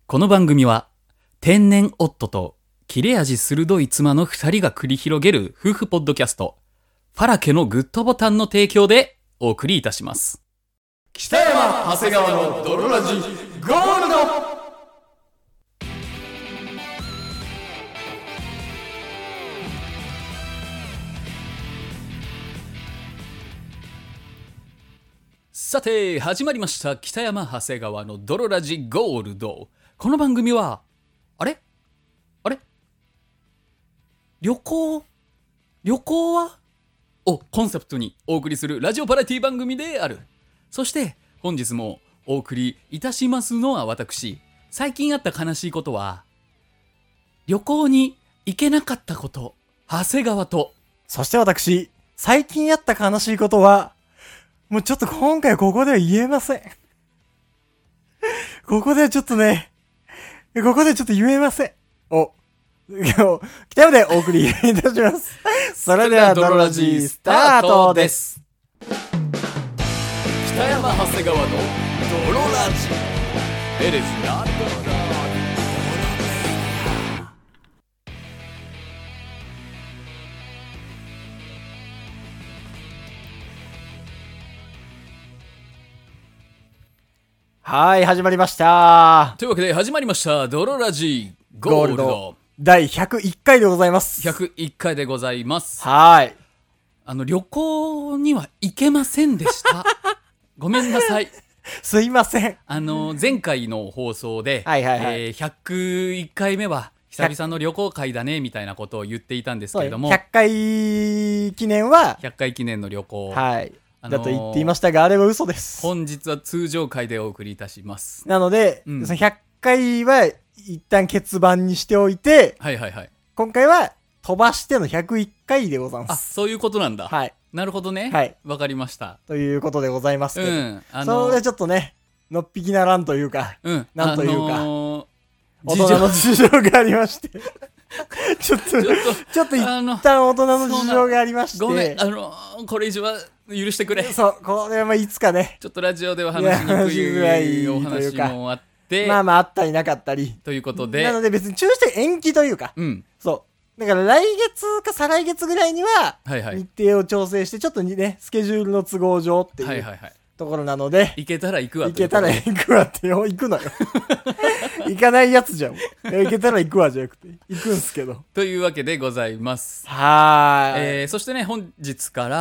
この番組は天然夫と切れ味鋭い妻の2人が繰り広げる夫婦ポッドキャストファラケのグッドボタンの提供でお送りいたします。北山長谷川の泥ラジゴールド。さて始まりました北山長谷川の泥ラジゴールド。この番組は旅行はをコンセプトにお送りするラジオバラエティ番組である。そして本日もお送りいたしますのは私、最近あった悲しいことは旅行に行けなかったこと、長谷川と、 そして私、最近あった悲しいことはもうちょっと今回ここでは言えません。ここではちょっと言えません。北山でお送りいたします。それではドロラジースタートです。 北山長谷川のドロラジエレスなはい、始まりました。 というわけで始まりましたドロラジゴールド第101回でございます。 101回でございます。 はい。 旅行には行けませんでした。ごめんなさい。 すいません。 前回の放送で、101回目は久々の旅行会だねみたいなことを言っていたんですけれども、 100回記念は 100回記念の旅行、 はいだと言っていましたが、あれは嘘です。 本日は通常回でお送りいたします。 なので、その100回は一旦欠番にしておいて、今回は飛ばしての101回でございます。 あ、そういうことなんだ。 はい。 なるほどね。 はい。 わかりました。 ということでございますけど、それでちょっとね、のっぴきならんというか、なんというか、大人の事情がありまして、ちょっと一旦大人の事情がありまして、ごめん、これ以上は許してくれ。 そう、これはいつかね、 ちょっとラジオでは話しにくいお話もあって、 まああったりなかったりということで、 なので別に中止で延期というか、そうだから来月か再来月ぐらいには日程を調整して、ちょっとねスケジュールの都合上っていうところなので、 行けたら行くわって行くのよ。行かないやつじゃん。行けたら行くわじゃなくて行くんすけど、 というわけでございます。そしてね、本日から、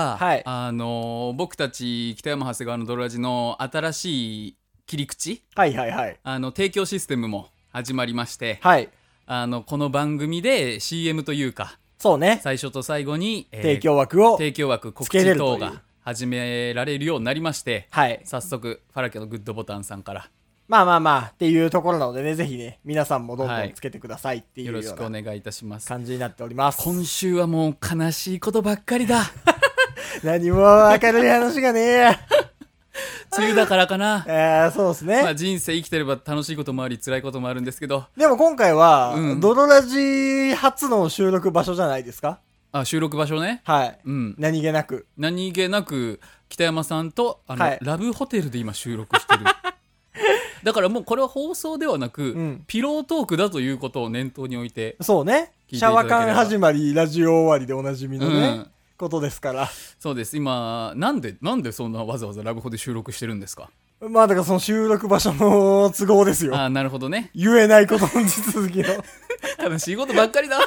僕たち北山長谷川のドロラジの新しい切り口、提供システムも始まりまして、この番組で CM というか、 そうね、 最初と最後に、 提供枠告知等が始められるようになりまして、早速ファラケのグッドボタンさんからまあっていうところなのでね、ぜひね皆さんもどんどんつけてくださいっていうような、 よろしくお願いいたします。 感じになっております。 今週はもう悲しいことばっかりだ。 何も明るい話がねえや。 梅雨だからかな。 そうですね。 人生生きてれば楽しいこともあり辛いこともあるんですけど、 でも今回は、ドロラジ初の収録場所じゃないですか。 収録場所ね。 何気なく北山さんとラブホテルで今収録してる。だからもうこれは放送ではなく、ピロートークだということを念頭に置いて、 そうね、シャワカン始まりラジオ終わりでおなじみのね、ことですから。そうです。 今なんでそんなわざわざラブホで収録してるんですか。 だからその収録場所の都合ですよ。 なるほどね。 言えないことの地続きの悲しいことばっかりだ。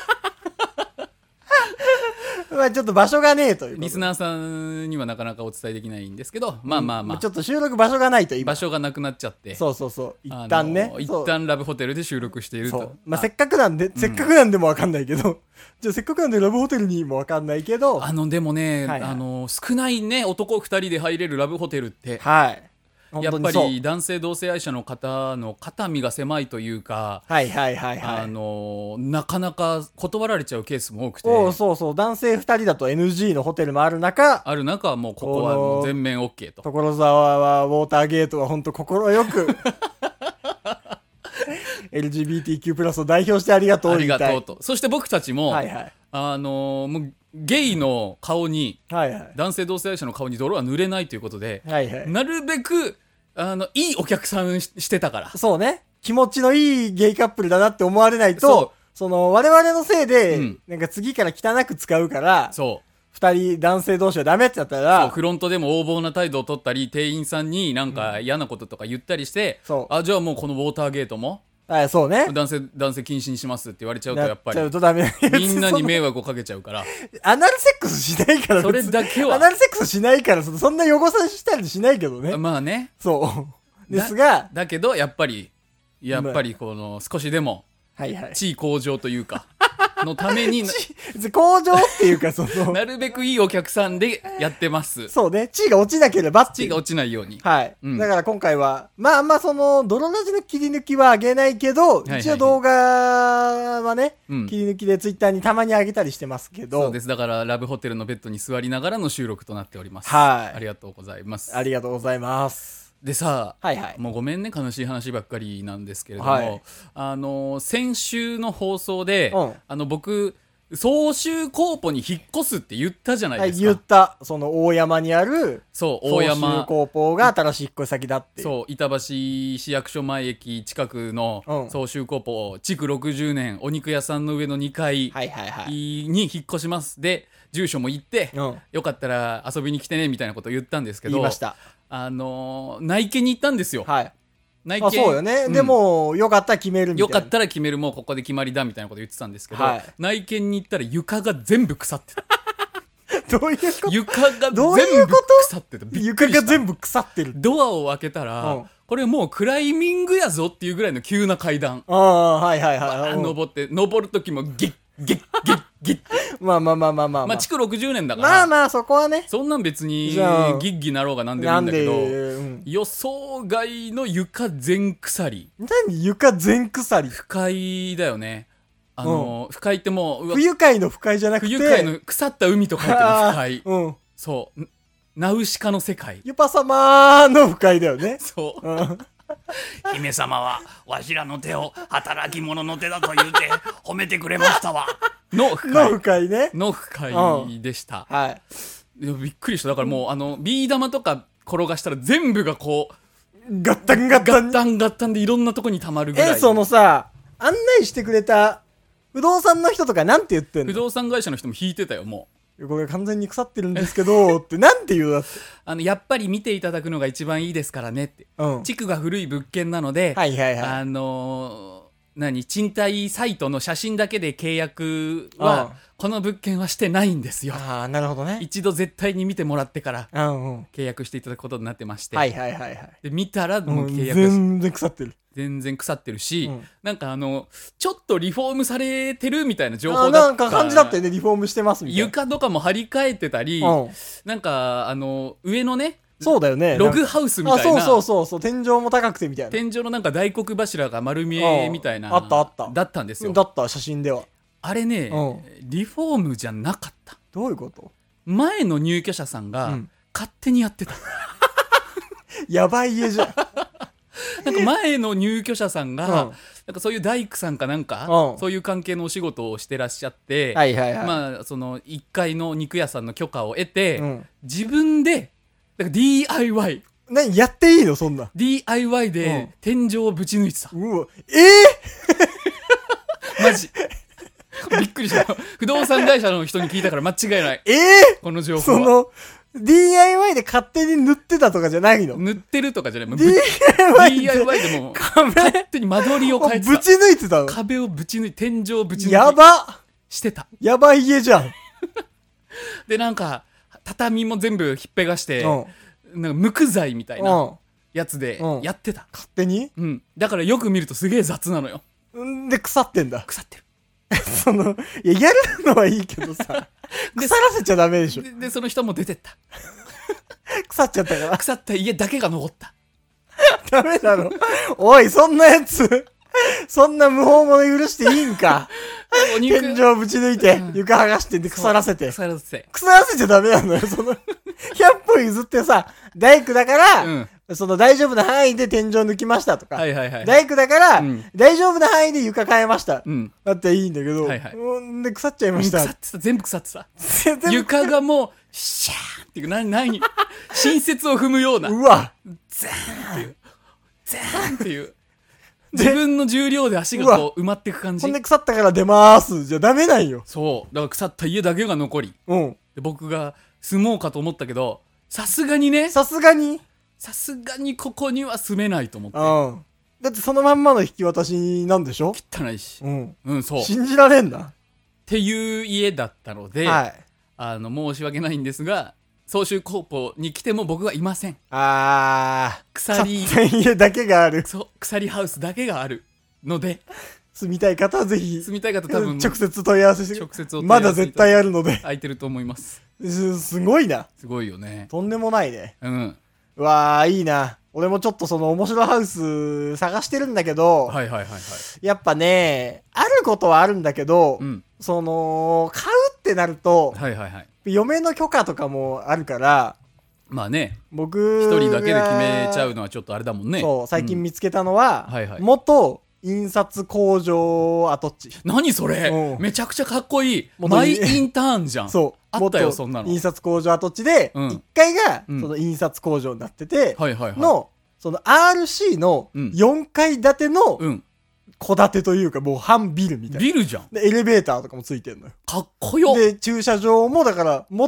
ちょっと場所がねえというリスナーさんにはなかなかお伝えできないんですけど、ちょっと収録場所がないと、 場所がなくなっちゃって、 そう一旦ね、 一旦ラブホテルで収録していると。 せっかくなんでもわかんないけど、じゃあせっかくなんでラブホテルにもわかんないけど、 でもね、少ないね、男2人で入れるラブホテルって、やっぱり男性同性愛者の方の肩身が狭いというか、なかなか断られちゃうケースも多くて、 男性2人だと NG のホテルもある中はもうここはもう全面 OK と。 所沢はウォーターゲートは本当心よくLGBTQ+ を代表してありがとうと。そして僕たちも、もうゲイの顔に、男性同性愛者の顔に泥は塗れないということで、なるべくいいお客さんしてたから。 そうね。 気持ちのいいゲイカップルだなって思われないと、その我々のせいで、なんか次から汚く使うから、二人男性同士はダメってなったら、 フロントでも横暴な態度を取ったり、店員さんになんか嫌なこととか言ったりして、あ、じゃあもうこのウォーターゲートも、 そうね。 男性禁止にしますって言われちゃうとやっぱりみんなに迷惑をかけちゃうからアナルセックスしないからそれだけはアナルセックスしないからそんな汚さしたりしないけどね。 まあね。 そうですがだけどやっぱりこの少しでも地位向上というかのために向上っていうかなるべくいいお客さんでやってます。 そうね。地位が落ちなければ地位が落ちないように。 はい、だから今回はまあその泥ラジの切り抜きは上げないけど、一応動画はね、切り抜きでツイッターにたまに上げたりしてますけど。 そうです。だからラブホテルのベッドに座りながらの収録となっております。 はい。 ありがとうございます。 ありがとうございます。 でさ、もうごめんね、悲しい話ばっかりなんですけれども、先週の放送で、僕総集コーポに引っ越すって言ったじゃないですか。 言った。その大山にある大山総集コーポが新しい引っ越し先だって。 板橋市役所前駅近くの総集コーポ、築60年お肉屋さんの上の2階に引っ越します。で住所も言って、よかったら遊びに来てねみたいなことを言ったんですけど、 言いました。 内見に行ったんですよ。内見そうよね。でもよかったら決めるみたいな。 よかったら決める、もうここで決まりだみたいなこと言ってたんですけど、内見に行ったら床が全部腐ってた。 どういうこと？ 床が全部腐ってた。 床が全部腐ってる。 ドアを開けたら、これもうクライミングやぞっていうぐらいの急な階段。登る時もギッギッギッギッまあ築60年だからまあそこはね、 そんなん別にギッギなろうがなんでもいいんだけど、予想外の床全腐り。 何床全腐り？ 不快だよね。不快ってもう不愉快の不快じゃなくて、 不愉快の腐った海と書いてる不快。そうナウシカの世界。 ユパ様の不快だよね。 そう、姫様はわしらの手を働き者の手だと言うて褒めてくれましたわの不快ね。 の不快でした。びっくりした。だからもうビー玉とか転がしたら全部がこうガッタンガッタンでいろんなとこに溜まるぐらい。 そのさ、案内してくれた不動産の人とかなんて言ってんの？ 不動産会社の人も引いてたよ。もうこれ完全に腐ってるんですけどってなんて言うだって。 やっぱり見ていただくのが一番いいですからねって。地区が古い物件なので、賃貸サイトの写真だけで契約はこの物件はしてないんですよ。 なるほどね。 一度絶対に見てもらってから契約していただくことになってまして、で見たらもう契約全然腐ってる。 全然腐ってるし、なんかちょっとリフォームされてるみたいな情報だった。 なんか感じだったよね。リフォームしてますみたいな。 床とかも張り替えてたり、なんか上のね、 そうだよね。 ログハウスみたいな。 そう。天井も高くてみたいな。 天井のなんか大黒柱が丸見えみたいな。 あった。 だったんですよ。 だった写真では。 あれね、リフォームじゃなかった。 どういうこと？ 前の入居者さんが勝手にやってた。 やばい家じゃん。 なんか前の入居者さんが、なんかそういう大工さんかなんか、そういう関係のお仕事をしてらっしゃって、まあその1階の肉屋さんの許可を得て、自分でなんか DIY 何やっていいのそんな DIY で天井をぶち抜いてた。マジびっくりした。不動産会社の人に聞いたから間違いない。この情報は。その DIY で勝手に塗ってたとかじゃないの？ 塗ってるとかじゃない。DIY でも勝手に間取りを変えてた。 ぶち抜いてたの？ 壁をぶち抜いて、天井をぶち抜いて。 やばしてた。 やばい家じゃん。 でなんか畳も全部ひっぺがして、なんか無垢材みたいなやつでやってた。 勝手に？ だからよく見るとすげえ雑なのよ。 で腐ってんだ。 腐ってる。 やるのはいいけどさ、腐らせちゃダメでしょ。 でその人も出てった。 腐っちゃったから。 腐った家だけが残った。 ダメだろ。おい、そんなやつ、そんな無法者許していいんか。天井ぶち抜いて、床剥がしてで腐らせて。腐らせちゃダメなのよ。その100歩譲ってさ、大工だから、その大丈夫な範囲で天井抜きましたとか、大工だから、大丈夫な範囲で床変えました。だっていいんだけど、で腐っちゃいました。 腐ってた。全部腐ってた。床がもうシャーンっていう何新雪を踏むような。 うわ。 ザーンっていう。ザーンっていう。 自分の重量で足がこう埋まっていく感じ。 ほんで腐ったから出ますじゃダメなんよ。 そう。だから腐った家だけが残り。 うん。 で僕が住もうかと思ったけど、さすがにね。 さすがにここには住めないと思って。 うん。だってそのまんまの引き渡しなんでしょ？ 汚いし。 うん。 うん、そう。 信じられんな。 っていう家だったので、 はい。 申し訳ないんですが、総集コーポに来ても僕はいません。 鎖家だけがある。 そう、鎖ハウスだけがあるので、 住みたい方はぜひ、 住みたい方多分直接問い合わせして、 直接お問い合わせまだ絶対あるので。 空いてると思います。 すごいな。 すごいよね。 とんでもないね。 うん。 うわー、いいな。俺もちょっとその面白ハウス探してるんだけど、 はいはいはいはい。 やっぱね、あることはあるんだけど、買うってなると、 はいはいはい。 嫁の許可とかもあるから、 まあね、 僕一人だけで決めちゃうのはちょっとあれだもんね。 そう、最近見つけたのは、 はいはい、 元印刷工場跡地。 何それ、めちゃくちゃかっこいい。マイインターンじゃん。 そう。 あったよ、そんなの。 印刷工場跡地で、1階が、その印刷工場になってて、その RC の4階建ての、戸建てというか、もう半ビルみたいな。 ビルじゃん。 で、エレベーターとかもついてんのよ。 かっこよ。 で、駐車場も、だから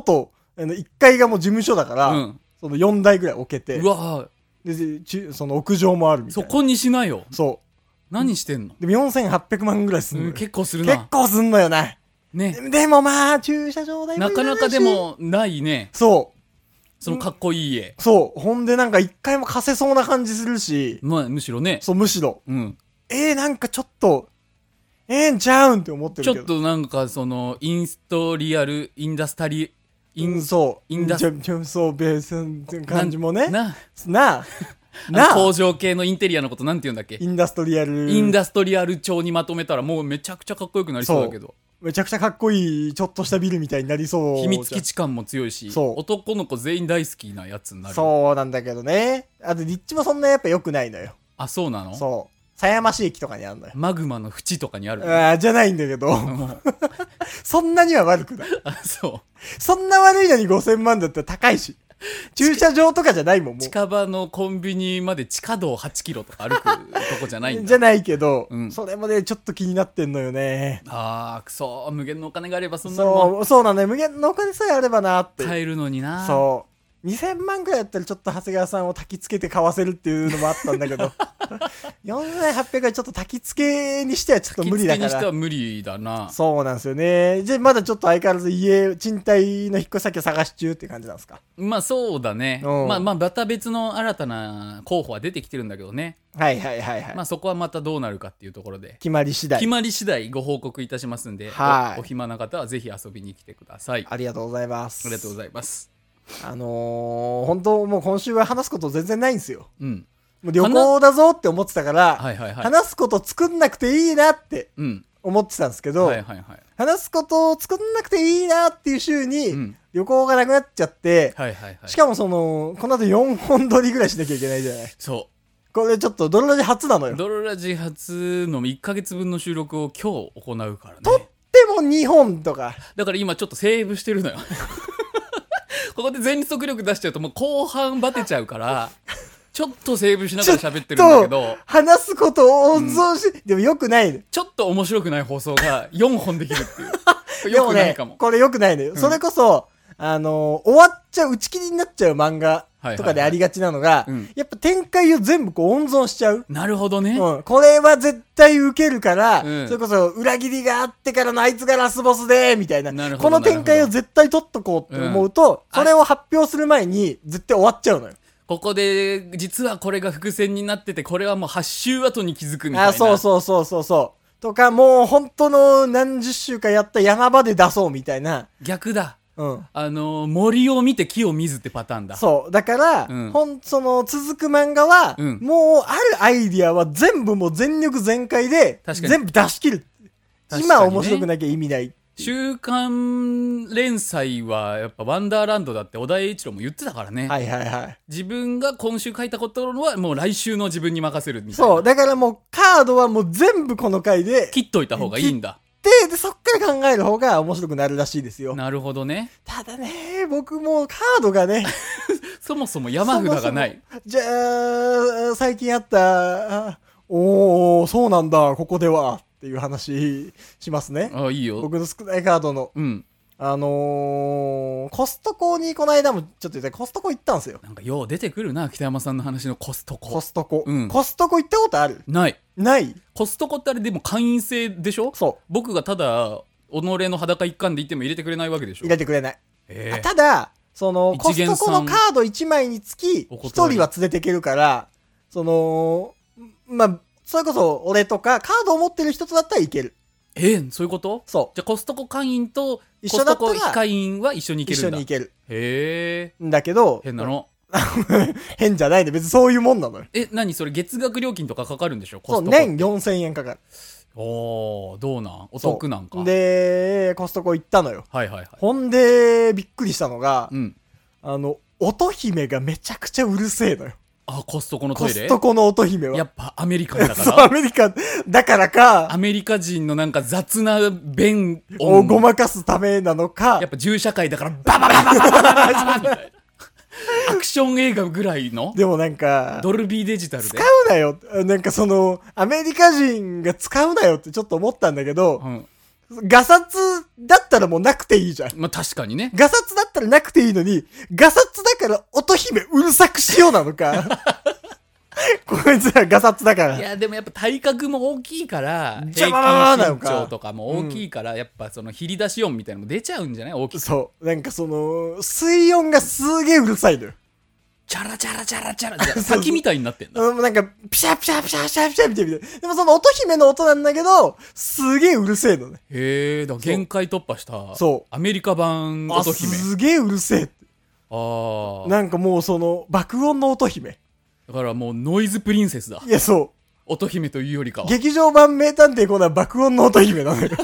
、1階がもう事務所だから、その4台ぐらい置けて。 うわで、その屋上もあるみたいな。 そこにしなよ。 そう。 何してんの？ でも4800万ぐらいすんのよ。 結構するな。 結構すんのよな。 ね。 でもまあ、駐車場代もなかなかでもないね。 そう。 そのかっこいい家。 そう。ほんでなんか1階も貸せそうな感じするし。 まあ、むしろね。 そう、むしろ。 うん。 なんかちょっと、んちゃうんって思ってるけど。 ちょっとなんかその、インダスタリ、 そう。そう、ベースって感じもね。 工場系のインテリアのことなんて言うんだっけ？ インダストリアル調にまとめたらもうめちゃくちゃかっこよくなりそうだけど。 めちゃくちゃかっこいい、ちょっとしたビルみたいになりそう。 秘密基地感も強いし、男の子全員大好きなやつになる。 そうなんだけどね。あと、立地もそんなやっぱ良くないのよ。 あ、そうなの？ そう。狭山市駅とかにあるのよ。 マグマの縁とかにある。 じゃないんだけど。そんなには悪くない。 あ、そう。 そんな悪いのに5000万だったら高いし。駐車場とかじゃないもん、もう。 近場のコンビニまで地下道8キロとか歩くとこじゃないんだ。 じゃないけど、それもね、ちょっと気になってんのよね。 くそ、無限のお金があればそんなのも。そうなんだよ。無限のお金さえあればなって。 買えるのにな。 そう。2000万くらいやったらちょっと長谷川さんを焚きつけて買わせるっていうのもあったんだけど4800円ちょっと焚きつけにしてはちょっと無理だから。焚きつけにしては無理だな。 そうなんですよね。じゃあまだちょっと相変わらず賃貸の引っ越し先を探し中って感じなんですか？ まあそうだね。また別の新たな候補は出てきてるんだけどね。 はいはいはいはい。 まあそこはまたどうなるかっていうところで。 決まり次第ご報告いたしますんで、お暇な方はぜひ遊びに来てください。 ありがとうございます。 ありがとうございます。 本当もう今週は話すこと全然ないんですよ。もう旅行だぞって思ってたから、話すこと作んなくていいなって思ってたんですけど、話すことを作んなくていいなっていう週に、旅行がなくなっちゃって、しかもこの後4本撮りぐらいしなきゃいけないじゃない。 そう。 これちょっとドロラジ初なのよ。 ドロラジ初の1ヶ月分の収録を今日行うからね。 撮っても2本とか。 だから今ちょっとセーブしてるのよ。ここで全速力出しちゃうともう後半バテちゃうから、ちょっとセーブしながら喋ってるんだけど。 話すことを温存し、でも良くないね。 ちょっと面白くない放送が4本できるっていう。良くないかも。 これ良くないのよ。それこそ、終わっちゃう、打ち切りになっちゃう漫画とかでありがちなのが、やっぱ展開を全部温存しちゃう。 なるほどね。 これは絶対受けるから、それこそ裏切りがあってからのあいつがラスボスで、みたいな。この展開を絶対取っとこうって思うと、それを発表する前に絶対終わっちゃうのよ。 ここで、実はこれが伏線になってて、これはもう8週後に気づくみたいな。 そう。とか、もう本当の何十週かやった山場で出そうみたいな。 逆だ。森を見て木を見ずってパターンだ。 そう。だから、その続く漫画は、もうあるアイディアは全部もう全力全開で、全部出し切る。今面白くなきゃ意味ない。 週刊連載はやっぱワンダーランドだって小田栄一郎も言ってたからね。自分が今週書いたことはもう来週の自分に任せるみたいな。 そう。だからもうカードはもう全部この回で。 切っといた方がいいんだ。 で、そっから考える方が面白くなるらしいですよ。 なるほどね。 ただね、僕もカードがね。 そもそも山札がない。 じゃあ、最近あった、 おー、そうなんだ、ここでは。っていう話しますね。 あ、いいよ。 僕の少ないカードの。 うん。 コストコにこの間もちょっと言ったコストコ行ったんですよ。 なんかよう出てくるな、北山さんの話のコストコ。 コストコ。 うん。 コストコ行ったことある？ ない。 ない？ コストコってあれでも会員制でしょ？ そう。 僕がただ、己の裸一貫で言っても入れてくれないわけでしょ？ 入れてくれない。ただ、コストコのカード1枚につき、1人は連れていけるから、まあ、それこそ俺とかカードを持ってる人とだったらいける。 そういうこと？ そう。 じゃあコストコ会員とコストコ会員は一緒に行けるんだ。 一緒に行ける。 へえ。 だけど、 変なの。 変じゃないね。別にそういうもんなのよ。 何それ月額料金とかかかるんでしょ？コストコ。そう、年4000円かかる。 おー、どうなん？お得なんか。 で、コストコ行ったのよ。 はいはいはい。 ほんで、びっくりしたのが、 うん。 乙姫がめちゃくちゃうるせえのよ。 あ、コストコのトイレ？ コストコの乙姫は。 やっぱアメリカだからそう、アメリカだからか。 アメリカ人のなんか雑な弁をごまかすためなのか。 やっぱ銃社会だからバババババババババアクション映画ぐらいのでもなんか、 ドルビーデジタルで。 使うなよ。なんかアメリカ人が使うなよってちょっと思ったんだけど、うん、ガサツだったらもうなくていいじゃん。 まあ確かにね。 ガサツだったらなくていいのに、ガサツだから乙姫うるさくしようなのか。こいつらガサツだから。 いやでもやっぱ体格も大きいから、 平均身長とかも大きいから、やっぱ切り出し音みたいなのも出ちゃうんじゃない？大きく。 そう。なんか水温がすげえうるさいのよ。 チャラチャラチャラチャラって滝みたいになってんだ。 なんか、ピシャピシャピシャピシャピシャみたいな。でも乙姫の音なんだけど、すげえうるせえのね。 へえ、だから限界突破した。 そう。 アメリカ版乙姫。 すげえうるせえって。 ああ。 なんかもう爆音の乙姫。 だからもうノイズプリンセスだ。 いや、そう。 乙姫というよりかは。 劇場版名探偵コナン爆音の乙姫なのよ。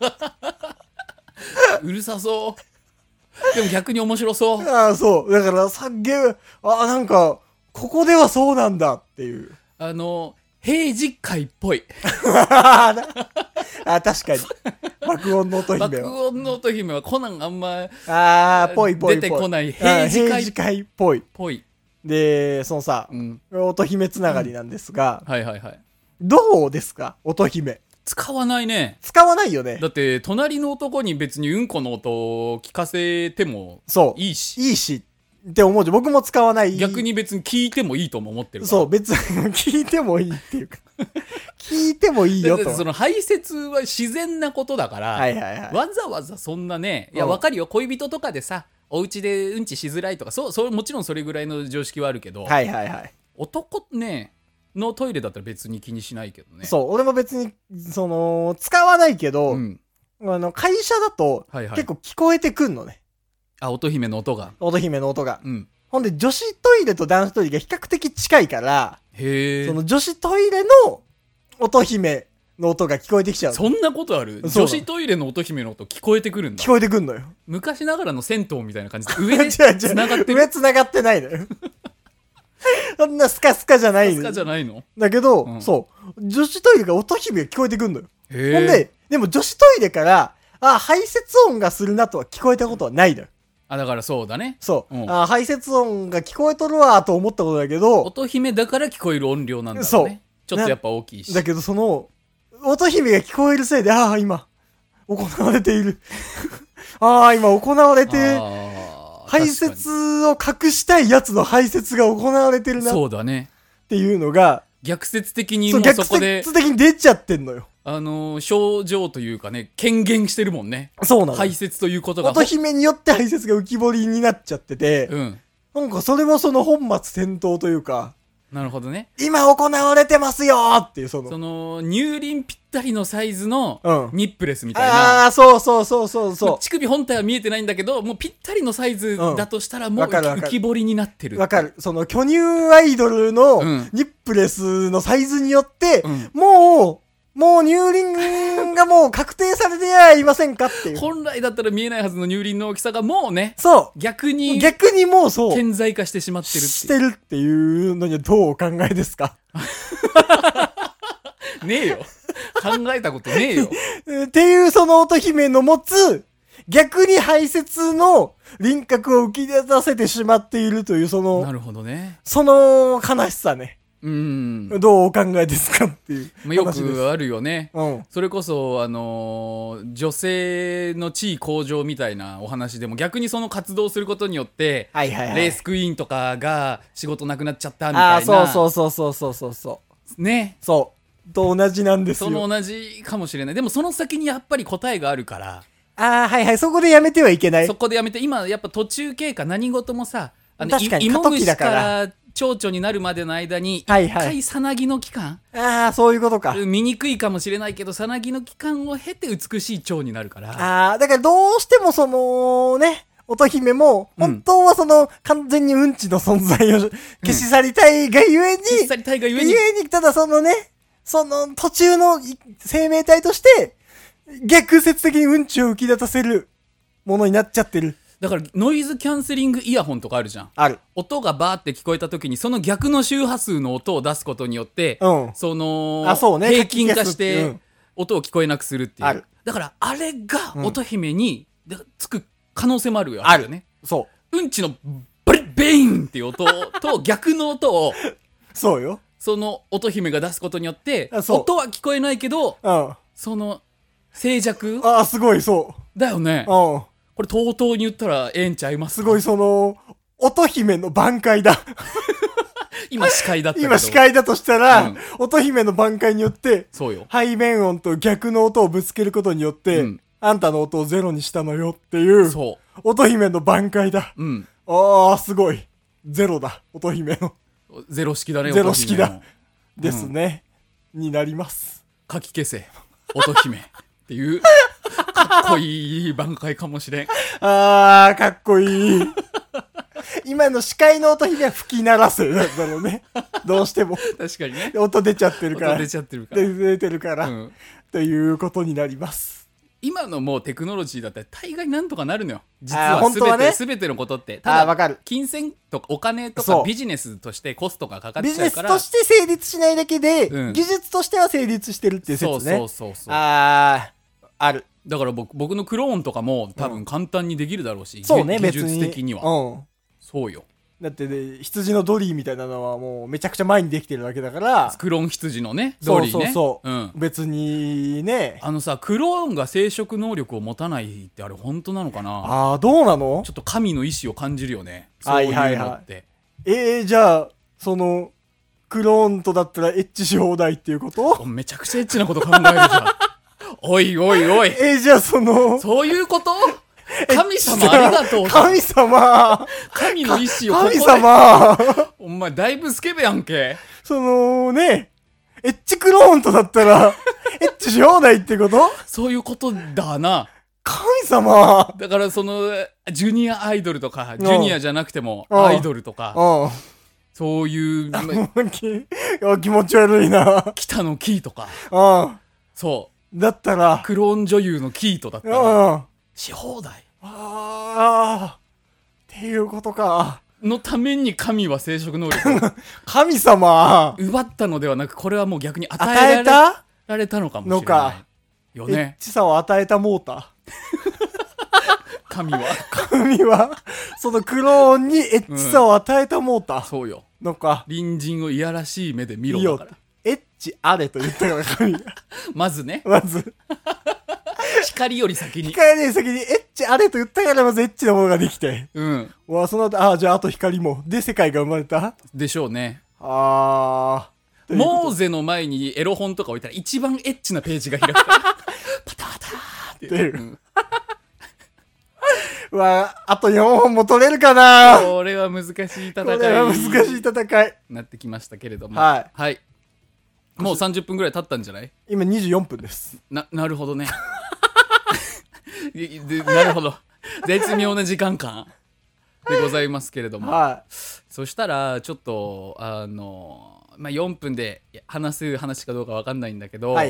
うるさそう。でも逆に面白そう。 ああ、そう。だからさっげえ、なんか、ここではそうなんだっていう。 平時会っぽい。 確かに。爆音の乙姫は。 爆音の乙姫はコナンあんま、 ぽい。 出てこない平時会っぽい。 ぽい。 で、乙姫つながりなんですが、 はいはいはい。 どうですか？乙姫。 使わないね。 使わないよね。 だって、隣の男に別にうんこの音を聞かせてもいいし。 いいし。って思うじゃん。僕も使わない。 逆に別に聞いてもいいとも思ってるから。 そう、別に聞いてもいいっていうか。聞いてもいいよと。 排泄は自然なことだから、わざわざそんなね、いや、わかるよ。恋人とかでさ、お家でうんちしづらいとか、もちろんそれぐらいの常識はあるけど、男ね、のトイレだったら別に気にしないけどね。 そう、俺も別に、使わないけど、会社だと、結構聞こえてくんのね。 あ、乙姫の音が。 乙姫の音が。うん。ほんで、女子トイレと男子トイレが比較的近いから、女子トイレの乙姫の音が聞こえてきちゃう。 そんなことある？女子トイレの乙姫の音聞こえてくるんだ。 聞こえてくんのよ。 昔ながらの銭湯みたいな感じで、上で繋がってる。 上繋がってないのよ。そんなスカスカじゃないの。 スカスカじゃないの？ だけど、そう。女子トイレが乙姫が聞こえてくんのよ。ほんで、でも女子トイレから、排泄音がするなとは聞こえたことはないのよ。 だからそうだね。 そう。排泄音が聞こえとるわと思ったことだけど。 乙姫だから聞こえる音量なんだろうね。そう。ちょっとやっぱ大きいし。 だけど乙姫が聞こえるせいで、今、行われている。今行われて、排泄を隠したいやつの排泄が行われてるな。 そうだね。 っていうのが、 逆説的にもうそこで。 逆説的に出ちゃってんのよ。 症状というかね、権限してるもんね。 そうなの。 排泄ということが。 乙姫によって排泄が浮き彫りになっちゃってて、なんかそれも本末転倒というか、 なるほどね。 今行われてますよーっていう乳輪ぴったりのサイズのニップレスみたいな。 そう。 乳首本体は見えてないんだけど、もうぴったりのサイズだとしたらもう浮き彫りになってる。 わかる。巨乳アイドルのニップレスのサイズによって、もう乳輪がもう確定されてはいませんかっていう。 本来だったら見えないはずの乳輪の大きさがもうね。 そう。 逆にもうそう。 顕在化してしまってるっていう。 してるっていうのにはどうお考えですか？ ねえよ。考えたことねえよ。 っていう乙姫の持つ、逆に排泄の輪郭を浮き出させてしまっているというなるほどね。 悲しさね。 どうお考えですかっていう話です。よくあるよね。それこそ、女性の地位向上みたいなお話でも、逆にその活動することによって、レースクイーンとかが仕事なくなっちゃったみたいな。 そうね。 そう。と同じなんですよ。 その同じかもしれない。でもその先にやっぱり答えがあるから。 そこでやめてはいけない。 そこでやめて、今やっぱ途中経過、何事もさ、 確かに芋虫から蝶々になるまでの間に、一回さなぎの期間。 そういうことか。 醜いかもしれないけど、さなぎの期間を経て美しい蝶になるから。 だからどうしてもそのね、乙姫も、本当はその、完全にうんちの存在を消し去りたいがゆえに、ただそのね、その途中の生命体として、逆説的にうんちを浮き立たせるものになっちゃってる。 だからノイズキャンセリングイヤホンとかあるじゃん。 ある。 音がバーって聞こえた時にその逆の周波数の音を出すことによって、その平均化して音を聞こえなくするっていう。だからあれが乙姫につく可能性もあるよ。 あるね。そう。 うんちのバリッベインっていう音と逆の音をそうよ。 その乙姫が出すことによって音は聞こえないけど、その静寂すごいそうだよね。これとうとうに言ったらええんちゃいますか。 すごいその乙姫の挽回だ。 今司会だったけど。 今司会だとしたら、乙姫の挽回によって、 そうよ。 背面音と逆の音をぶつけることによって、あんたの音をゼロにしたのよっていう。そう。乙姫の挽回だ。すごい。ゼロだ。乙姫の。 ゼロ式だね。 ゼロ式だ。ですね。になります。 書き消せ。乙姫。っていう、かっこいい挽回かもしれん。 かっこいい。今の司会の乙姫は吹き鳴らせなんだろうね。どうしても。 確かにね。 音出ちゃってるから。 音出ちゃってるから。 出てるから。ということになります。 今のもうテクノロジーだったら大概なんとかなるのよ。実は全てのことって。ただ、金銭とかお金とかビジネスとしてコストがかかっちゃうから。ビジネスとして成立しないだけで、技術としては成立してるっていう説ね。 そう。 ある。 だから僕のクローンとかも多分簡単にできるだろうし、 そうね、 技術的には。そうよ。 だってね、羊のドリーみたいなのはもうめちゃくちゃ前にできてるわけだから。 クローン羊のね、ドリーね。 そう。別にね。 クローンが生殖能力を持たないってあれ本当なのかな。 どうなの？ ちょっと神の意志を感じるよね。そういうのって。 じゃあ、その、クローンとだったらエッチし放題っていうこと？ めちゃくちゃエッチなこと考えるじゃん。おい。 じゃあそういうこと？神様ありがとう。 神様。 神の意志をここで。 神様。 お前だいぶスケベやんけ。 そのね、エッチクローンとだったら、エッチし放題ってこと？ そういうことだな。 神様。 だからジュニアアイドルとか、ジュニアじゃなくてもアイドルとか、そういう気持ち悪いな。 北のキーとか、そう。 だったら、 クローン女優のキートだったら、し放題。 っていうことか。 のために神は生殖能力。 神様奪ったのではなく、これはもう逆に与えられたのかもしれない。よね。 エッチさを与えたモーター。 神は、そのクローンにエッチさを与えたモーター。 そうよ。 のか。 隣人をいやらしい目で見ろだから。 エッチあれと言ったから神が。 まずね。光より先に。 エッチあれと言ったからまずエッチなものができて。その後、じゃああと光も。で、世界が生まれた？ でしょうね。 モーゼの前にエロ本とか置いたら一番エッチなページが開くから。パタパタっていう。 あと4本も取れるかな。 これは難しい戦い。なってきましたけれども。はい。もう30分ぐらい経ったんじゃない？ 今24分です。 なるほどね。なるほど。絶妙な時間感でございますけれども。そしたら、ちょっと、4分で話す話かどうかわかんないんだけど、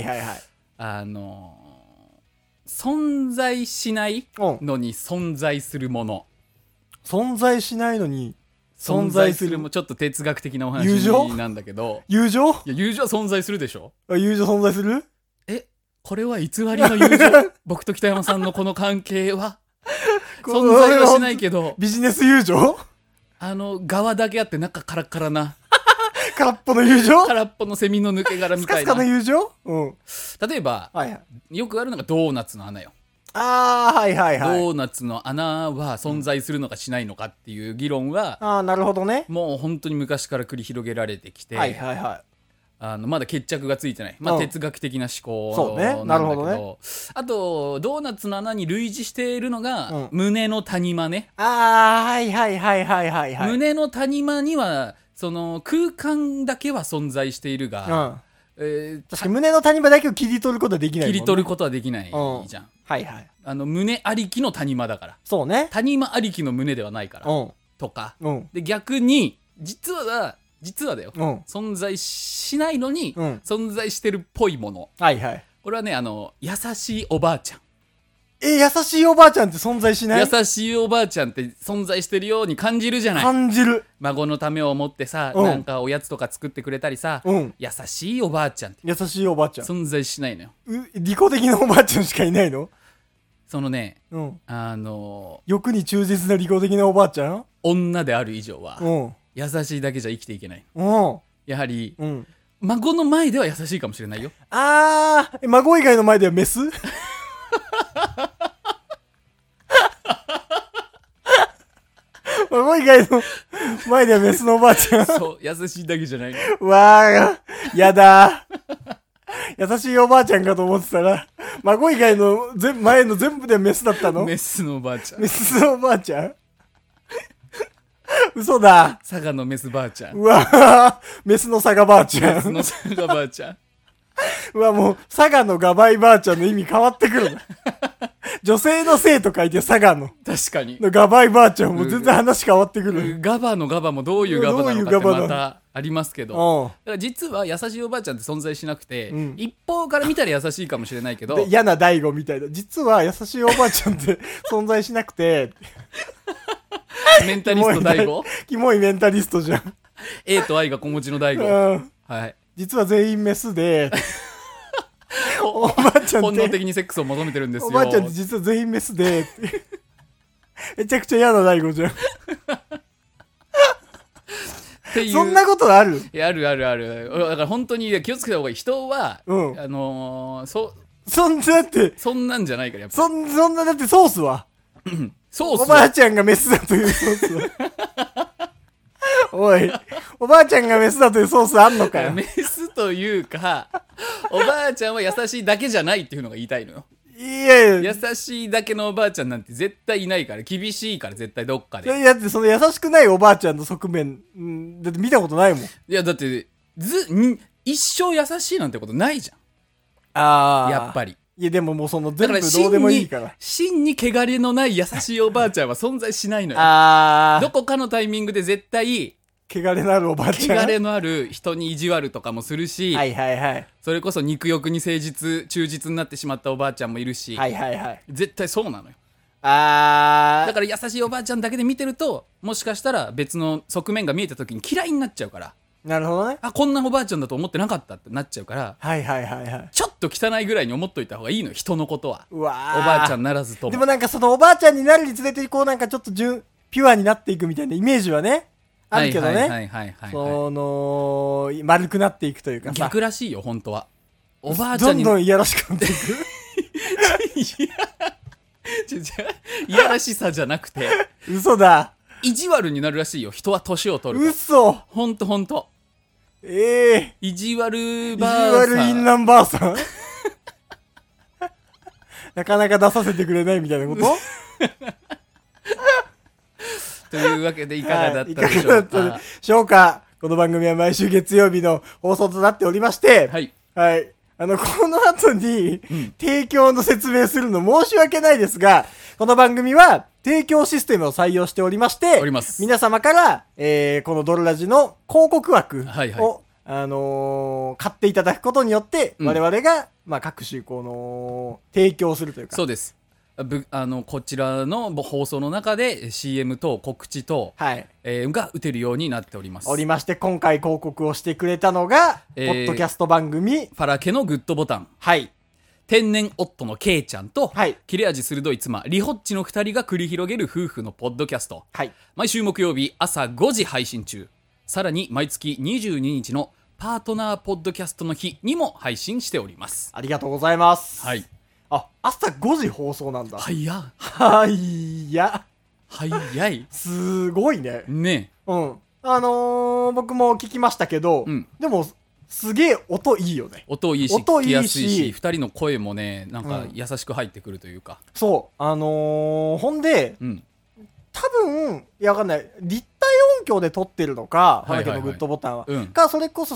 存在しないのに存在するもの。 存在しないのに存在するも、ちょっと哲学的なお話なんだけど。 友情？ いや、友情は存在するでしょ。 友情存在する？ これは偽りの友情。僕と北山さんのこの関係は存在はしないけど。 ビジネス友情？ 側だけあって中カラカラな。 空っぽの友情空っぽのセミの抜け殻みたいな。 スカスカの友情うん。 例えば、はいはい、よくあるのがドーナツの穴よ。 ああ、はいはいはい。 ドーナツの穴は存在するのかしないのかっていう議論は、 ああ、なるほどね。 もう本当に昔から繰り広げられてきて、 はいはいはい。 まだ決着がついてない。まあ、哲学的な思考なんだけど、そうね、 なるほどね。 あと、ドーナツの穴に類似しているのが、胸の谷間ね。 ああ、はいはいはいはいはい、はい。 胸の谷間には、その空間だけは存在しているが、 確かに胸の谷間だけを切り取ることはできないもんね。 切り取ることはできないじゃん。 はいはい。 胸ありきの谷間だから。 そうね。 谷間ありきの胸ではないから。とか。で、逆に、実はだよ。存在しないのに、存在してるっぽいもの。 はいはい。 これはね、優しいおばあちゃん。 優しいおばあちゃんって存在しない？ 優しいおばあちゃんって存在してるように感じるじゃない。 感じる。 孫のためを思ってさ、なんかおやつとか作ってくれたりさ、優しいおばあちゃんって。 優しいおばあちゃん。 存在しないのよ。 利己的なおばあちゃんしかいないの？ そのね、 欲に忠実な利己的なおばあちゃん？ 女である以上は、優しいだけじゃ生きていけない。やはり、孫の前では優しいかもしれないよ。 孫以外の前ではメス？孫以外の前ではメスのおばあちゃん。 そう、優しいだけじゃないの。 わあ、やだ。優しいおばあちゃんかと思ってたら、孫以外の前の全部でメスだったの？ メスのおばあちゃん。 メスのおばあちゃん？嘘だ。 佐賀のメスばあちゃん。 うわぁ、メスの佐賀ばあちゃん。 メスの佐賀ばあちゃん。 うわ、もう、佐賀のガバイばあちゃんの意味変わってくるな。女性の性と書いて佐賀の。 確かに。 のガバイばあちゃんも全然話変わってくる。 ガバのガバもどういうガバなのかってまたありますけど。だから実は優しいおばあちゃんって存在しなくて、一方から見たら優しいかもしれないけど。 嫌な大悟みたいな。実は優しいおばあちゃんって存在しなくて。 メンタリスト大悟？ キモいメンタリストじゃん。 A と I が子持ちの大悟。はい。 実は全員メスで、おばあちゃんって本能的にセックスを求めてるんですよ。 おばあちゃんって実は全員メスで、めちゃくちゃ嫌な大悟じゃん。そんなことある？ ある。だから本当に気をつけた方がいい。人は、そんなんじゃないから、やっぱそんな、だってソースはソースはおばあちゃんがメスだというソースはおい、おばあちゃんがメスだというソースあんのかよ。 メスというか、おばあちゃんは優しいだけじゃないっていうのが言いたいのよ。 いや優しいだけのおばあちゃんなんて絶対いないから、厳しいから絶対どっかで。 だってその優しくないおばあちゃんの側面、だって見たことないもん。いやだって一生優しいなんてことないじゃん。やっぱり。 いやでももうその全部どうでもいいから。 真に汚れのない優しいおばあちゃんは存在しないのよ。どこかのタイミングで絶対汚れのあるおばあちゃん。 汚れのある人に意地悪とかもするし、それこそ肉欲に忠実になってしまったおばあちゃんもいるし、絶対そうなのよ。だから優しいおばあちゃんだけで見てると、もしかしたら別の側面が見えた時に嫌いになっちゃうから。 なるほどね。 こんなおばあちゃんだと思ってなかったってなっちゃうから、ちょっと汚いぐらいに思っといた方がいいのよ、人のことは。おばあちゃんならずとも。 でもなんかそのおばあちゃんになるにつれて、こうなんかちょっとピュアになっていくみたいなイメージはね、あるけどね。その、丸くなっていくというかさ。 逆らしいよ、本当は。おばあちゃんに。 どんどんいやらしくなっていく。 いやらしさじゃなくて。 嘘だ。 意地悪になるらしいよ、人は年を取ると。 嘘。 ほんと。意地悪ばあさん。 意地悪淫乱ばあさんなかなか出させてくれないみたいなことというわけでいかがだったでしょうか。 この番組は毎週月曜日の放送となっておりまして、はい。この後に、提供の説明するの申し訳ないですが、この番組は提供システムを採用しておりまして、皆様から、このドルラジの広告枠を、買っていただくことによって、我々が、各種、提供するというか。 そうです。こちらの放送の中で CM と告知と、が打てるようになっております。 おりまして、今回広告をしてくれたのが、ポッドキャスト番組、 ファラケのグッドボタン。天然夫のケイちゃんと、切れ味鋭い妻、リホッチの2人が繰り広げる夫婦のポッドキャスト。毎週木曜日朝5時配信中。 さらに毎月22日のパートナーポッドキャストの日にも配信しております。 ありがとうございます。 はい。 朝5時放送なんだ。 早っ。 早い。すごいね。 ね。 うん。僕も聞きましたけど、でも、すげえ音いいよね。 音いいし、聞きやすいし、二人の声もね、なんか優しく入ってくるというか。 そう。ほんで、多分、いやわかんない。立体音響で撮ってるのか、花家のグッドボタンは。か、それこそ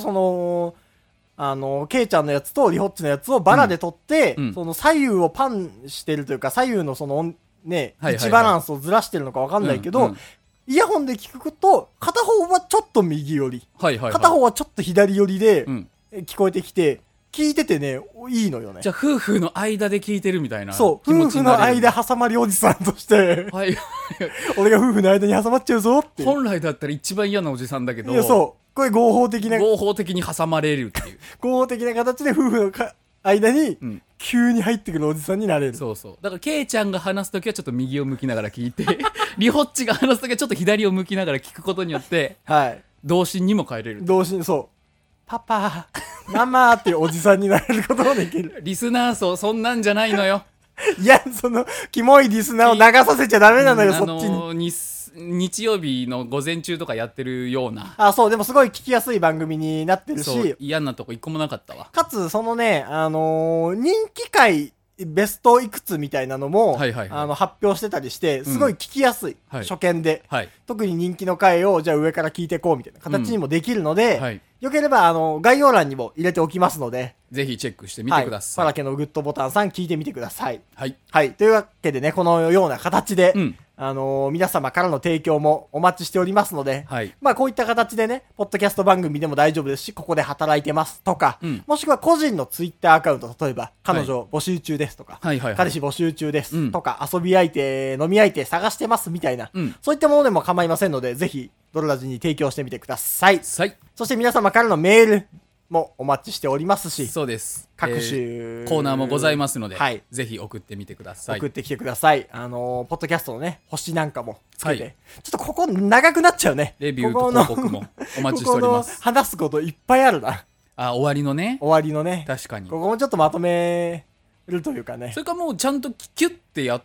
ケイちゃんのやつとリホッチのやつをバラで撮って、その左右をパンしてるというか、左右のその、ね、位置バランスをずらしてるのかわかんないけど、イヤホンで聞くと、片方はちょっと右寄り。片方はちょっと左寄りで、聞こえてきて、聞いててね、いいのよね。 じゃあ、夫婦の間で聞いてるみたいな。 そう、夫婦の間挟まりおじさんとして、俺が夫婦の間に挟まっちゃうぞって。 本来だったら一番嫌なおじさんだけど。 いや、そう。これ合法的に挟まれるっていう。 合法的な形で夫婦の間に、急に入ってくるおじさんになれる。 そうそう。だから、ケイちゃんが話すときはちょっと右を向きながら聞いて、リホッチが話すときはちょっと左を向きながら聞くことによって、童心にも変えれる。 童心、そう。パパ、ママっていうおじさんになれることもできる。 リスナー層、そんなんじゃないのよ。 いや、キモいリスナーを流させちゃダメなのよ、そっちに。 日曜日の午前中とかやってるような。 そう、でもすごい聞きやすい番組になってるし。 嫌なとこ一個もなかったわ。 かつ、そのね、人気回、ベストいくつみたいなのも、発表してたりして、すごい聞きやすい。初見で。特に人気の回を、じゃあ上から聞いていこうみたいな形にもできるので、よければ、概要欄にも入れておきますので、 ぜひチェックしてみてください。 パラケのグッドボタンさん聞いてみてください。 はい。 はい。というわけでね、このような形で、皆様からの提供もお待ちしておりますので、まあこういった形でね、ポッドキャスト番組でも大丈夫ですし、ここで働いてますとか、もしくは個人のツイッターアカウント、例えば、彼女募集中ですとか、彼氏募集中ですとか、遊び相手、飲み相手探してますみたいな、そういったものでも構いませんので、ぜひ、ドロラジに提供してみてください。そして皆様からのメールもお待ちしておりますし、 そうです。 各種、 コーナーもございますので、ぜひ送ってみてください。 送ってきてください。ポッドキャストのね、星なんかもつけて、ちょっとここ長くなっちゃうね。 レビューと報告もお待ちしております。 話すこといっぱいあるな。 終わりのね。 終わりのね。 確かに。 ここもちょっとまとめるというかね。 それかもうちゃんとキュッてやって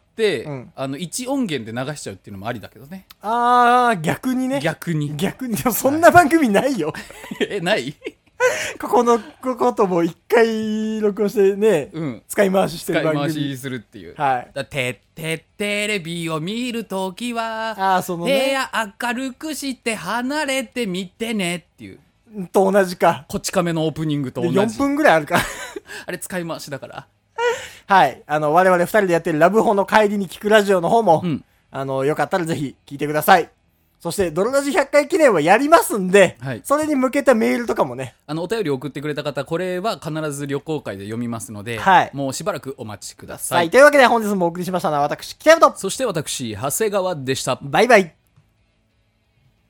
、1音源で流しちゃうっていうのもありだけどね。 逆にね。 逆に。 でもそんな番組ないよ。 ないこことも一回録音してね、使い回ししてる番組。 使い回しするっていう。テレビを見るときは、部屋明るくして離れてみてねっていう。 と同じか。 こち亀のオープニングと同じ。 4分ぐらいあるか。 あれ使い回しだから。 はい。我々2人でやってるラブホの帰りに聞くラジオの方も、よかったらぜひ聞いてください。そして、ドロラジ100回記念はやりますんで、それに向けたメールとかもね。 お便り送ってくれた方、これは必ず旅行会で読みますので、もうしばらくお待ちください。 というわけで本日もお送りしましたのは私、北山と、 そして私、長谷川でした。 バイバイ。